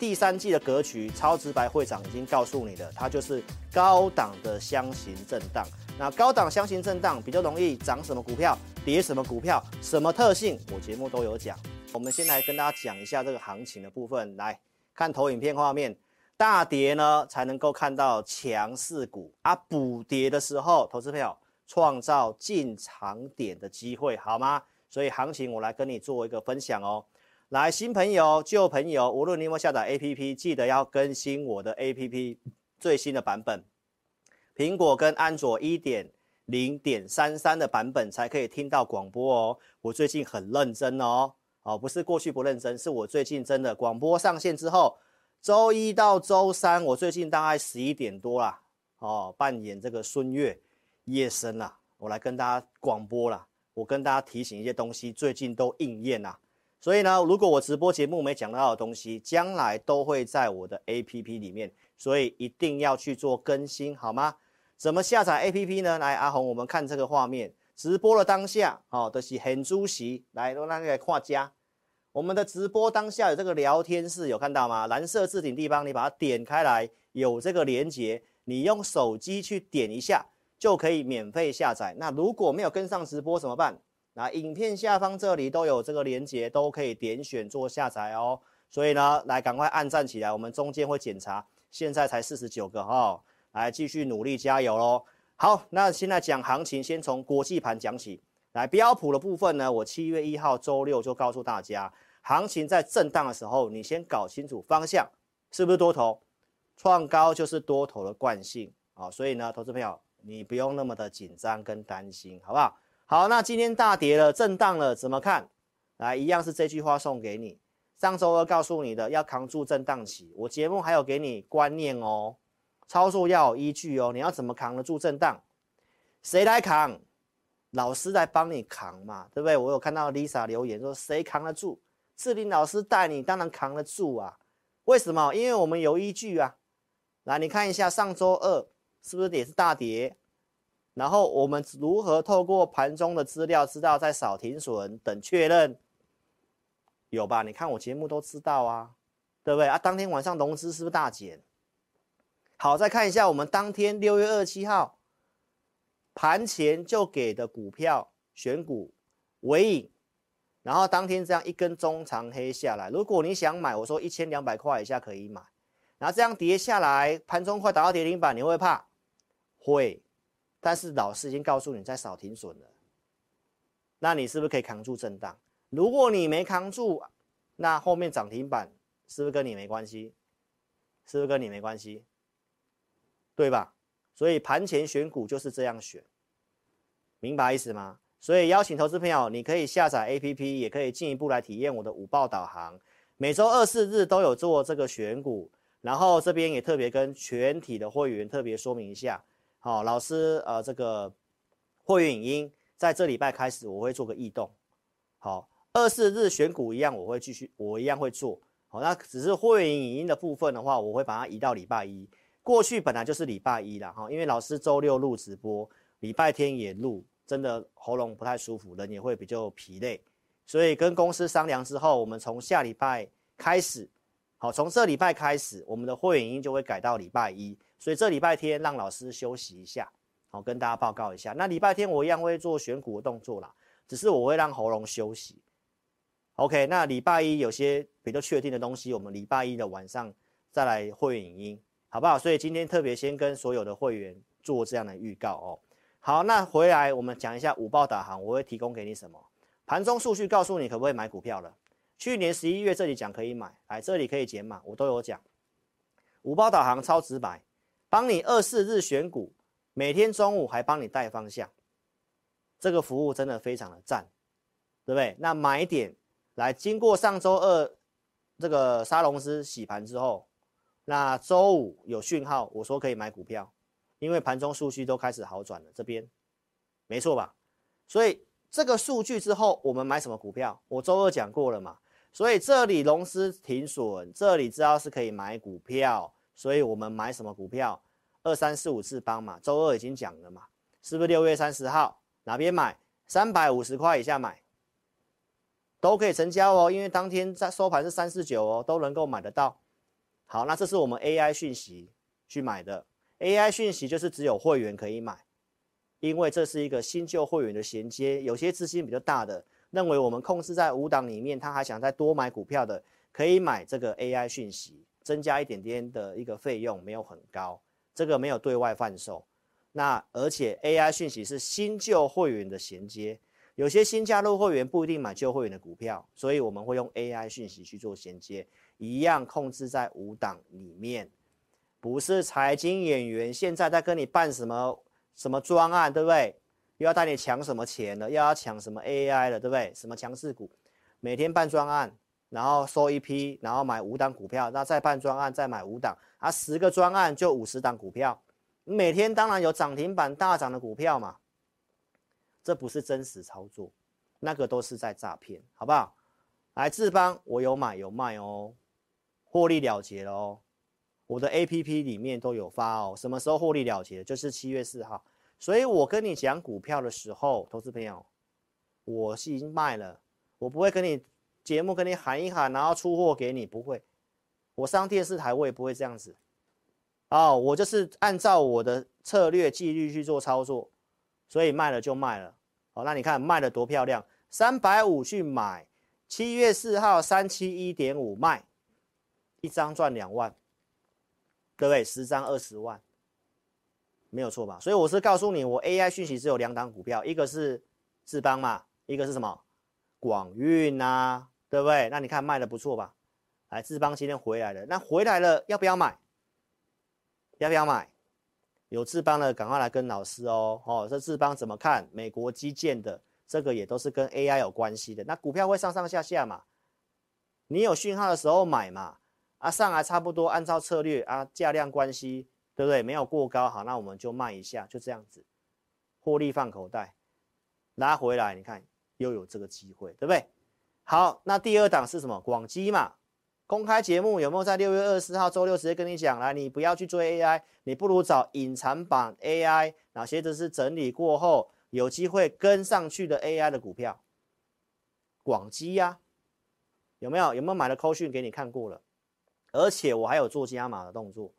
第三季的格局，超直白会长已经告诉你了，它就是高档的箱型震荡。那高档箱型震荡比较容易涨什么股票，跌什么股票，什么特性，我节目都有讲。我们先来跟大家讲一下这个行情的部分，来看投影片画面。大跌呢才能够看到强势股啊，补跌的时候，投资朋友创造进场点的机会，好吗？所以行情我来跟你做一个分享哦。来，新朋友、旧朋友，无论你有没有下载 APP， 记得要更新我的 APP 最新的版本。苹果跟安卓 1.0.33 的版本才可以听到广播哦。我最近很认真哦，不是过去不认真，是我最近真的广播上线之后，周一到周三，我最近大概11点多啦，扮演这个孙越夜深啦，我来跟大家广播啦，我跟大家提醒一些东西，最近都应验啦。所以呢，如果我直播节目没讲到的东西，将来都会在我的 APP 里面，所以一定要去做更新，好吗？怎么下载 APP 呢？来，阿红，我们看这个画面，直播的当下，就是很主席，来，让大家来看家。我们的直播当下有这个聊天室，有看到吗？蓝色置顶地方，你把它点开来，有这个连结，你用手机去点一下，就可以免费下载。那如果没有跟上直播怎么办？那影片下方这里都有这个连结，都可以点选做下载哦。所以呢，来赶快按赞起来，我们中间会检查，现在才49个哦，来继续努力加油咯。好，那现在讲行情，先从国际盘讲起。来，标普的部分呢，我7月1号周六就告诉大家，行情在震荡的时候，你先搞清楚方向，是不是多头？创高就是多头的惯性啊，所以呢，投资朋友你不用那么的紧张跟担心，好不好？好，那今天大跌了，震荡了，怎么看？来，一样是这句话送给你，上周二告诉你的，要扛住震荡期，我节目还有给你观念哦，操作要有依据哦，你要怎么扛得住震荡？谁来扛？老师在帮你扛嘛，对不对？我有看到 Lisa 留言说谁扛得住？志霖老师带你，当然扛得住啊。为什么？因为我们有依据啊。来，你看一下上周二是不是也是大跌？然后我们如何透过盘中的资料知道在扫停损等确认？有吧？你看我节目都知道啊，对不对啊？当天晚上融资是不是大减？好，再看一下我们当天6月27号。盘前就给的股票选股尾影，然后当天这样一根中长黑下来，如果你想买，我说1200块以下可以买，然后这样跌下来，盘中快打到跌停板，你会怕？会，但是老师已经告诉你在扫停损了，那你是不是可以扛住震荡？如果你没扛住，那后面涨停板是不是跟你没关系？是不是跟你没关系？对吧？所以盘前选股就是这样选，明白意思吗？所以邀请投资朋友，你可以下载 APP， 也可以进一步来体验我的午报导航。每周2、4日都有做这个选股，然后这边也特别跟全体的会员特别说明一下。好，老师这个会员影音在这礼拜开始我会做个异动。好，2、4日选股一样我会继续，我一样会做。好，那只是会员影音的部分的话，我会把它移到礼拜一。过去本来就是礼拜一啦，因为老师周六录直播，礼拜天也录，真的喉咙不太舒服，人也会比较疲累，所以跟公司商量之后，我们从下礼拜开始，好，从这礼拜开始，我们的会员音就会改到礼拜一，所以这礼拜天让老师休息一下，好，跟大家报告一下。那礼拜天我一样会做选股的动作啦，只是我会让喉咙休息。OK， 那礼拜一有些比较确定的东西，我们礼拜一的晚上再来会员影音。好不好？所以今天特别先跟所有的会员做这样的预告哦。好，那回来我们讲一下午报导航，我会提供给你什么？盘中数据告诉你可不可以买股票了。去年11月这里讲可以买，来这里可以减码，我都有讲。午报导航超直白，帮你2、4日选股，每天中午还帮你带方向，这个服务真的非常的赞，对不对？那买点来，经过上周二这个沙龙斯洗盘之后。那周五有讯号，我说可以买股票，因为盘中数据都开始好转了，这边没错吧？所以这个数据之后，我们买什么股票？我周二讲过了嘛，所以这里融资停损，这里知道是可以买股票，所以我们买什么股票？2、3、4、5次帮嘛，周二已经讲了嘛，是不是6月30号哪边买？350块以下买，都可以成交哦，因为当天在收盘是349哦，都能够买得到。 好，那这是我们 AI 讯息去买的 ，AI 讯息就是只有会员可以买，因为这是一个新旧会员的衔接，有些资金比较大的，认为我们控制在5档里面，他还想再多买股票的，可以买这个 AI 讯息，增加一点点的一个费用，没有很高，这个没有对外贩售。那而且 AI 讯息是新旧会员的衔接，有些新加入会员不一定买旧会员的股票，所以我们会用 AI 讯息去做衔接，一样控制在5档里面，不是财经演员现在在跟你办什么专案，对不对？又要带你抢什么钱了，又要抢什么 AI 了，对不对？什么强势股，每天办专案，然后收一批，然后买5档股票，那再办专案，再买5档啊，10个专案就50档股票。每天当然有涨停板大涨的股票嘛，这不是真实操作，那个都是在诈骗，好不好？来智邦我有买有卖哦，获利了结了哦，我的 APP 里面都有发哦，什么时候获利了结？就是7月4号，所以我跟你讲股票的时候，投资朋友，我是已经卖了，我不会跟你节目跟你喊一喊，然后出货给你，不会，我上电视台我也不会这样子。哦，我就是按照我的策略纪律去做操作，所以卖了就卖了。好，那你看卖的多漂亮，350去买，7月4号371.5卖，一张赚2万，对不对？10张20万，没有错吧？所以我是告诉你，我 AI 讯息只有2档股票，一个是智邦嘛，一个是什么？广运啊，对不对？那你看卖的不错吧？来，智邦今天回来了，那回来了要不要买？要不要买？有智邦的赶快来跟老师哦。这智邦怎么看？美国基建的这个也都是跟 AI 有关系的。那股票会上上下下嘛？你有讯号的时候买嘛？啊，上来差不多按照策略啊，价量关系，对不对？没有过高，好，那我们就卖一下，就这样子，获利放口袋，拉回来，你看又有这个机会，对不对？好，那第2档是什么？广基嘛。公开节目有没有在6月24号周六直接跟你讲？来，你不要去追 AI， 你不如找隐藏版 AI， 哪些只是整理过后有机会跟上去的 AI 的股票。广基呀，有没有买的扣讯给你看过了？而且我还有做加码的动作。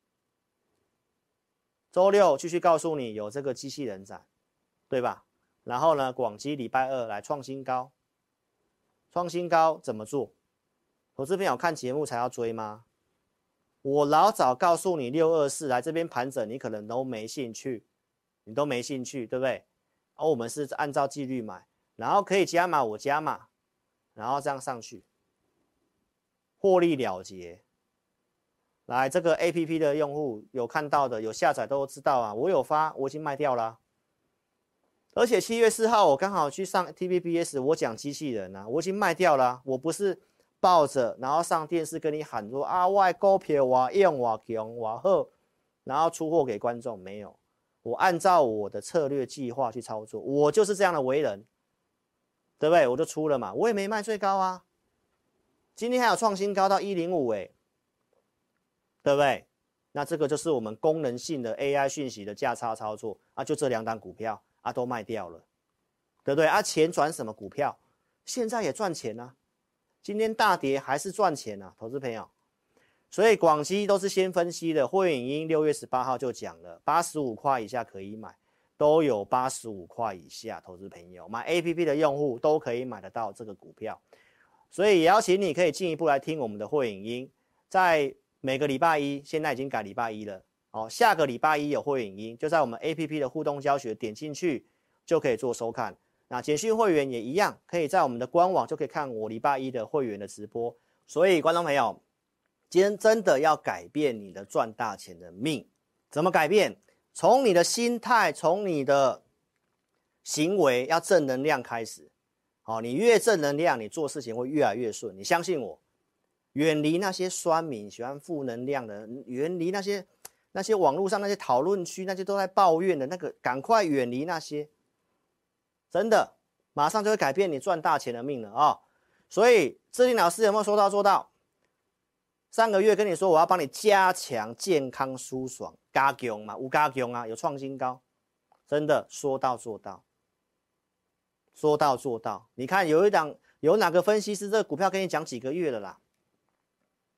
周六继续告诉你有这个机器人展，对吧？然后呢，广基礼拜2来创新高，创新高怎么做？投资朋友看节目才要追吗？我老早告诉你624来这边盘整，你可能都没兴趣，对不对？我们是按照纪律买，然后可以加码我加码，然后这样上去，获利了结。来，这个 APP 的用户有看到的，有下载都知道啊，我有发，我已经卖掉了。而且7月4号我刚好去上 TVBS， 我讲机器人啊，我已经卖掉了，我不是抱着，然后上电视跟你喊说啊，我股票我用我强我好，然后出货给观众，没有，我按照我的策略计划去操作，我就是这样的为人，对不对？我就出了嘛，我也没卖最高啊，今天还有创新高到105哎，对不对？那这个就是我们功能性的 AI 讯息的价差操作啊，就这2档股票啊都卖掉了，对不对？啊，钱转什么股票？现在也赚钱啊。今天大跌还是赚钱啊，投资朋友。所以广基都是先分析的，会员影音6月18号就讲了，85块以下可以买，都有85块以下，投资朋友买 APP 的用户都可以买得到这个股票。所以也邀请你可以进一步来听我们的会员影音，在每个礼拜一，现在已经改礼拜一了，下个礼拜一有会员影音，就在我们 APP 的互动教学，点进去就可以做收看。那简讯会员也一样，可以在我们的官网就可以看我礼拜一的会员的直播。所以观众朋友，今天真的要改变你的赚大钱的命，怎么改变？从你的心态，从你的行为要正能量开始。你越正能量，你做事情会越来越顺。你相信我，远离那些酸民喜欢负能量的，远离那些网络上那些讨论区那些都在抱怨的那个，赶快远离那些。真的，马上就会改变你赚大钱的命了啊！所以志霖老师有没有说到做到？上个月跟你说我要帮你加强健康舒爽，加强嘛，有加强啊，有创新高，真的说到做到，说到做到。你看有哪个分析师这个股票跟你讲几个月了啦？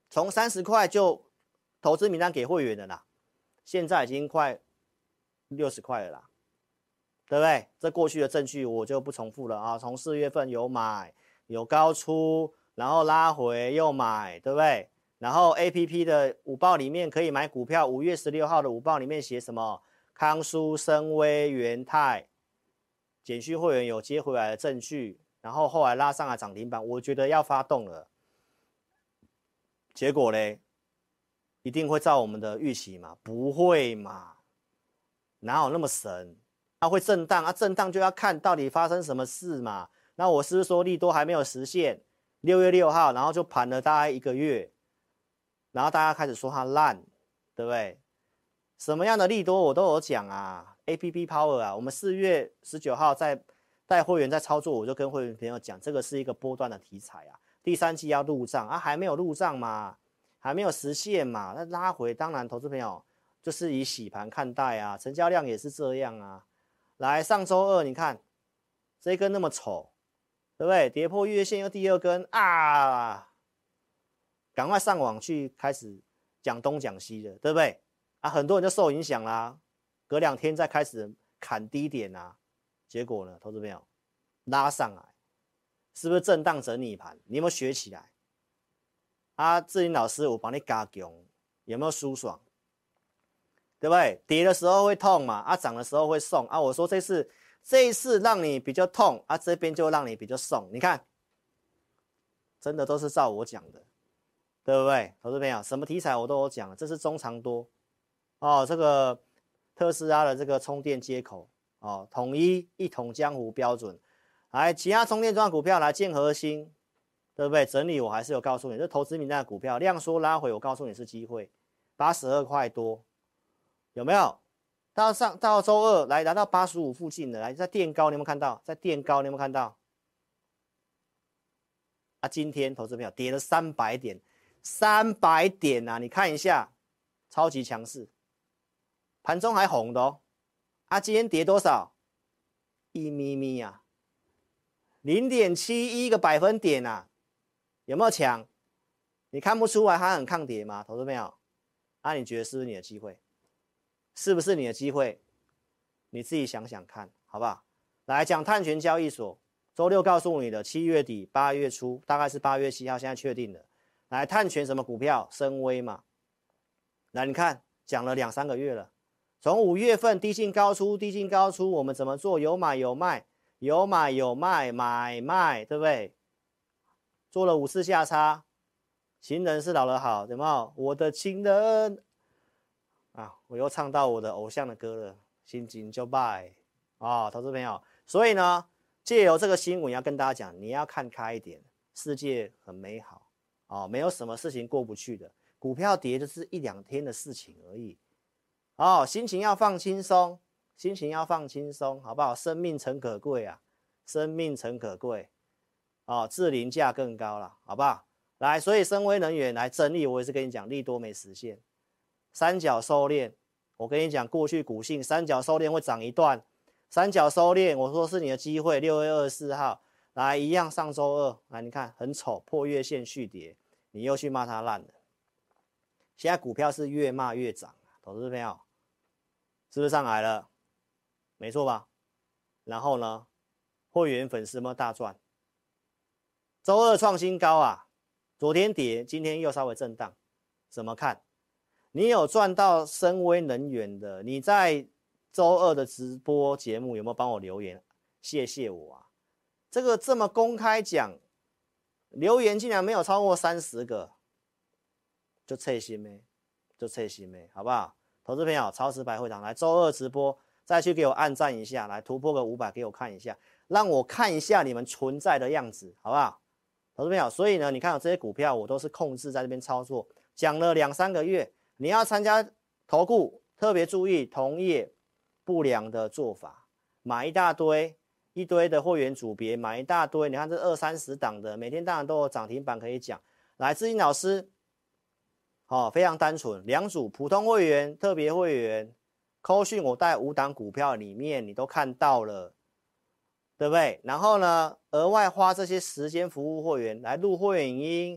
从30块就投资名单给会员的啦，现在已经快60块了啦，对不对？这过去的证据我就不重复了啊。从4月份有买有高出，然后拉回又买，对不对？然后 APP 的午报里面可以买股票，5月16号的午报里面写什么？康舒、深威、元泰，简讯会员有接回来的证据，然后后来拉上来涨停板，我觉得要发动了。结果嘞，一定会照我们的预期吗？不会嘛，哪有那么神？它会震荡啊，震荡就要看到底发生什么事嘛。那我是不是说利多还没有实现？6月6号，然后就盘了大概1个月，然后大家开始说它烂，对不对？什么样的利多我都有讲啊 ，APP Power 啊，我们4月19号在带会员在操作，我就跟会员朋友讲，这个是一个波段的题材啊，第3季要入账啊，还没有入账嘛，还没有实现嘛，那拉回当然投资朋友就是以洗盘看待啊，成交量也是这样啊。来，上周二你看这一根那么丑，对不对？跌破月线又第2根啊，赶快上网去开始讲东讲西的，对不对？啊，很多人就受影响啦，隔2天再开始砍低点啊，结果呢，投资朋友拉上来，是不是震荡整理盘？你有没有学起来？啊，志林老师，我帮你加强，有没有舒爽？对不对？跌的时候会痛嘛，啊，涨的时候会送啊。我说这一次让你比较痛啊，这边就让你比较送。你看，真的都是照我讲的，对不对？投资朋友，什么题材我都有讲，这是中长多哦。这个特斯拉的这个充电接口哦，统一一统江湖标准。来，其他充电桩股票来建和兴，对不对？整理我还是有告诉你，这投资名单的股票量缩拉回，我告诉你是机会，82块多。有没有到周二来到85附近的，来在垫高，你有没有看到？在垫高，你有没有看到？啊，今天投资朋友跌了300点，300点啊！你看一下，超级强势，盘中还红的哦。啊，今天跌多少？一咪咪啊，0.71个百分点啊，有没有强？你看不出来它很抗跌吗？投资朋友，啊，你觉得是不是你的机会？是不是你的机会？你自己想想看，好不好？来讲碳权交易所，周六告诉你的，7月底8月初，大概是8月7号，现在确定的。来，碳权什么股票？深威嘛。来，你看讲了2、3个月了，从5月份低进高出，低进高出，我们怎么做？有买有卖，有买有卖，买卖，对不对？做了5次下差，情人是老的好，有没有？我的情人。啊，我又唱到我的偶像的歌了，心情就败啊，投资朋友。所以呢，借由这个新闻要跟大家讲，你要看开一点，世界很美好啊，没有什么事情过不去的。股票跌就是1、2天的事情而已。哦，心情要放轻松，心情要放轻松，好不好？生命诚可贵啊，生命诚可贵哦，自磷价更高了，好不好？来，所以深威能源来整理，我也是跟你讲，利多没实现。三角收敛，我跟你讲，过去股性三角收敛会涨一段，三角收敛，我说是你的机会。6月24号来一样，上周二来，你看很丑，破月线续跌，你又去骂它烂了。现在股票是越骂越涨，投资朋友是不是上来了？没错吧？然后呢，会员粉丝有没有大赚？周二创新高啊，昨天跌，今天又稍微震荡，怎么看？你有赚到深威能源的，你在周二的直播节目有没有帮我留言？谢谢我啊！这个这么公开讲，留言竟然没有超过30个，就切心咩？就切心咩？好不好？投资朋友，超时百会场来周二直播，再去给我按赞一下，来突破个500给我看一下，让我看一下你们存在的样子，好不好？投资朋友，所以呢，你看这些股票我都是控制在这边操作，讲了2、3个月。你要参加投顾，特别注意同业不良的做法，买一大堆的会员组别，买一大堆。你看这20、30档的，每天当然都有涨停板可以讲。来，志英老师，非常单纯，2组普通会员、特别会员，扣讯我带5档股票里面你都看到了，对不对？然后呢，额外花这些时间服务会员来录会员影音。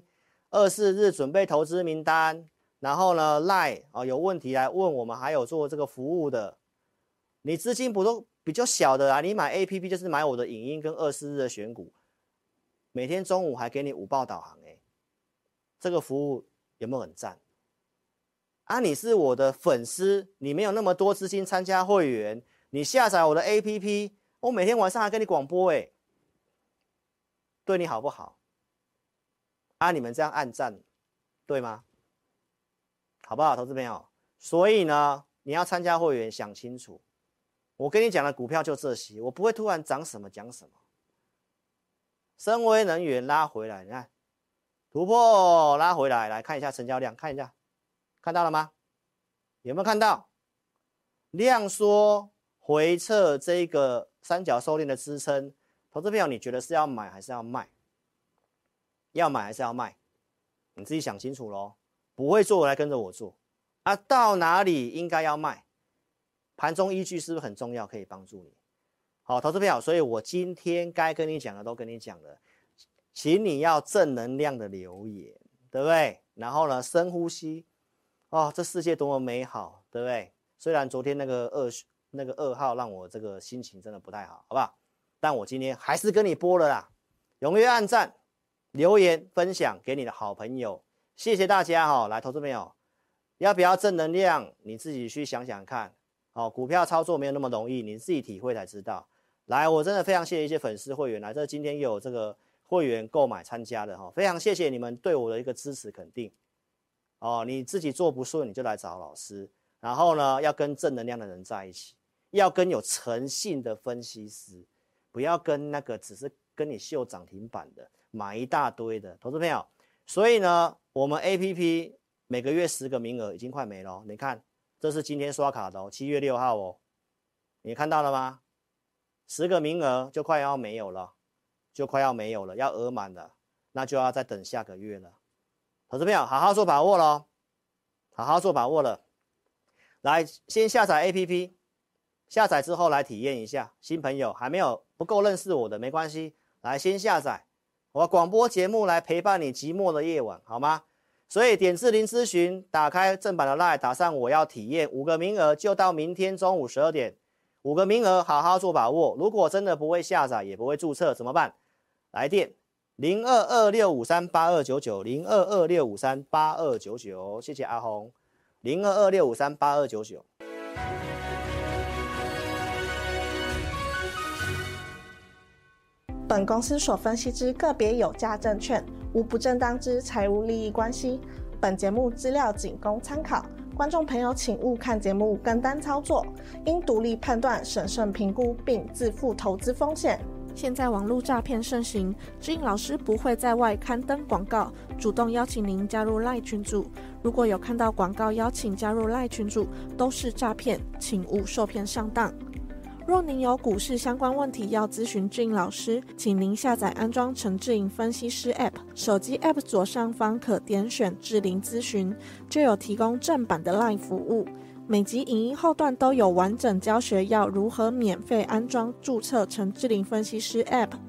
24日准备投资名单，然后呢 LINE 有问题来问我们，还有做这个服务的。你资金不都比较小的啊？你买 APP 就是买我的影音跟24日的选股，每天中午还给你5报导航这个服务有没有很赞？啊，你是我的粉丝，你没有那么多资金参加会员，你下载我的 APP， 我每天晚上还跟你广播对你好不好？啊，你们这样按赞，对吗？好不好，投资朋友？所以呢，你要参加会员，想清楚。我跟你讲的股票就这些，我不会突然涨什么讲什么。深威能源拉回来，你看突破拉回来，来看一下成交量，看一下，看到了吗？有没有看到？量缩回测这个三角收敛的支撑，投资朋友你觉得是要买还是要卖？要买还是要卖？你自己想清楚咯。不会做来跟着我做啊，到哪里应该要卖？盘中依据是不是很重要？可以帮助你。好，投资朋友，所以我今天该跟你讲的都跟你讲了，请你要正能量的留言，对不对？然后呢，深呼吸。这世界多么美好，对不对？虽然昨天那个2号让我这个心情真的不太好，好不好？但我今天还是跟你播了啦。踊跃按赞、留言、分享给你的好朋友，谢谢大家来，投资朋友，要不要正能量？你自己去想想看。股票操作没有那么容易，你自己体会才知道。来，我真的非常谢谢一些粉丝会员来，这今天又有这个会员购买参加的非常谢谢你们对我的一个支持肯定。你自己做不顺你就来找老师，然后呢要跟正能量的人在一起，要跟有诚信的分析师，不要跟那个只是跟你秀涨停板的，买一大堆的投资朋友。所以呢，我们 APP 每个月10个名额已经快没了你看，这是今天刷卡的7月6号你看到了吗？10个名额就快要没有了，要额满了，那就要再等下个月了。投资朋友，好好做把握咯，好好做把握了。来，先下载 APP， 下载之后来体验一下。新朋友还没有不够认识我的没关系，来先下载。我广播节目来陪伴你寂寞的夜晚，好吗？所以点字零咨询，打开正版的 LINE， 打上我要体验，5个名额就到明天中午12点，5个名额好好做把握。如果真的不会下载也不会注册怎么办？来电0226538299 0226538299，谢谢阿红，0226538299。 本公司所分析之个别有价证券，无不正当之财务利益关系。本节目资料仅供参考，观众朋友请勿看节目跟单操作，应独立判断、审慎评估并自负投资风险。现在网络诈骗盛行，志颖老师不会在外刊登广告，主动邀请您加入 LINE 群组。如果有看到广告邀请加入 LINE 群组，都是诈骗，请勿受骗上当。若您有股市相关问题要咨询志颖老师，请您下载安装陈志颖分析师 App， 手机 App 左上方可点选志玲咨询，就有提供正版的 LINE 服务。每集影音后段都有完整教学，要如何免费安装注册陈志玲分析师 App，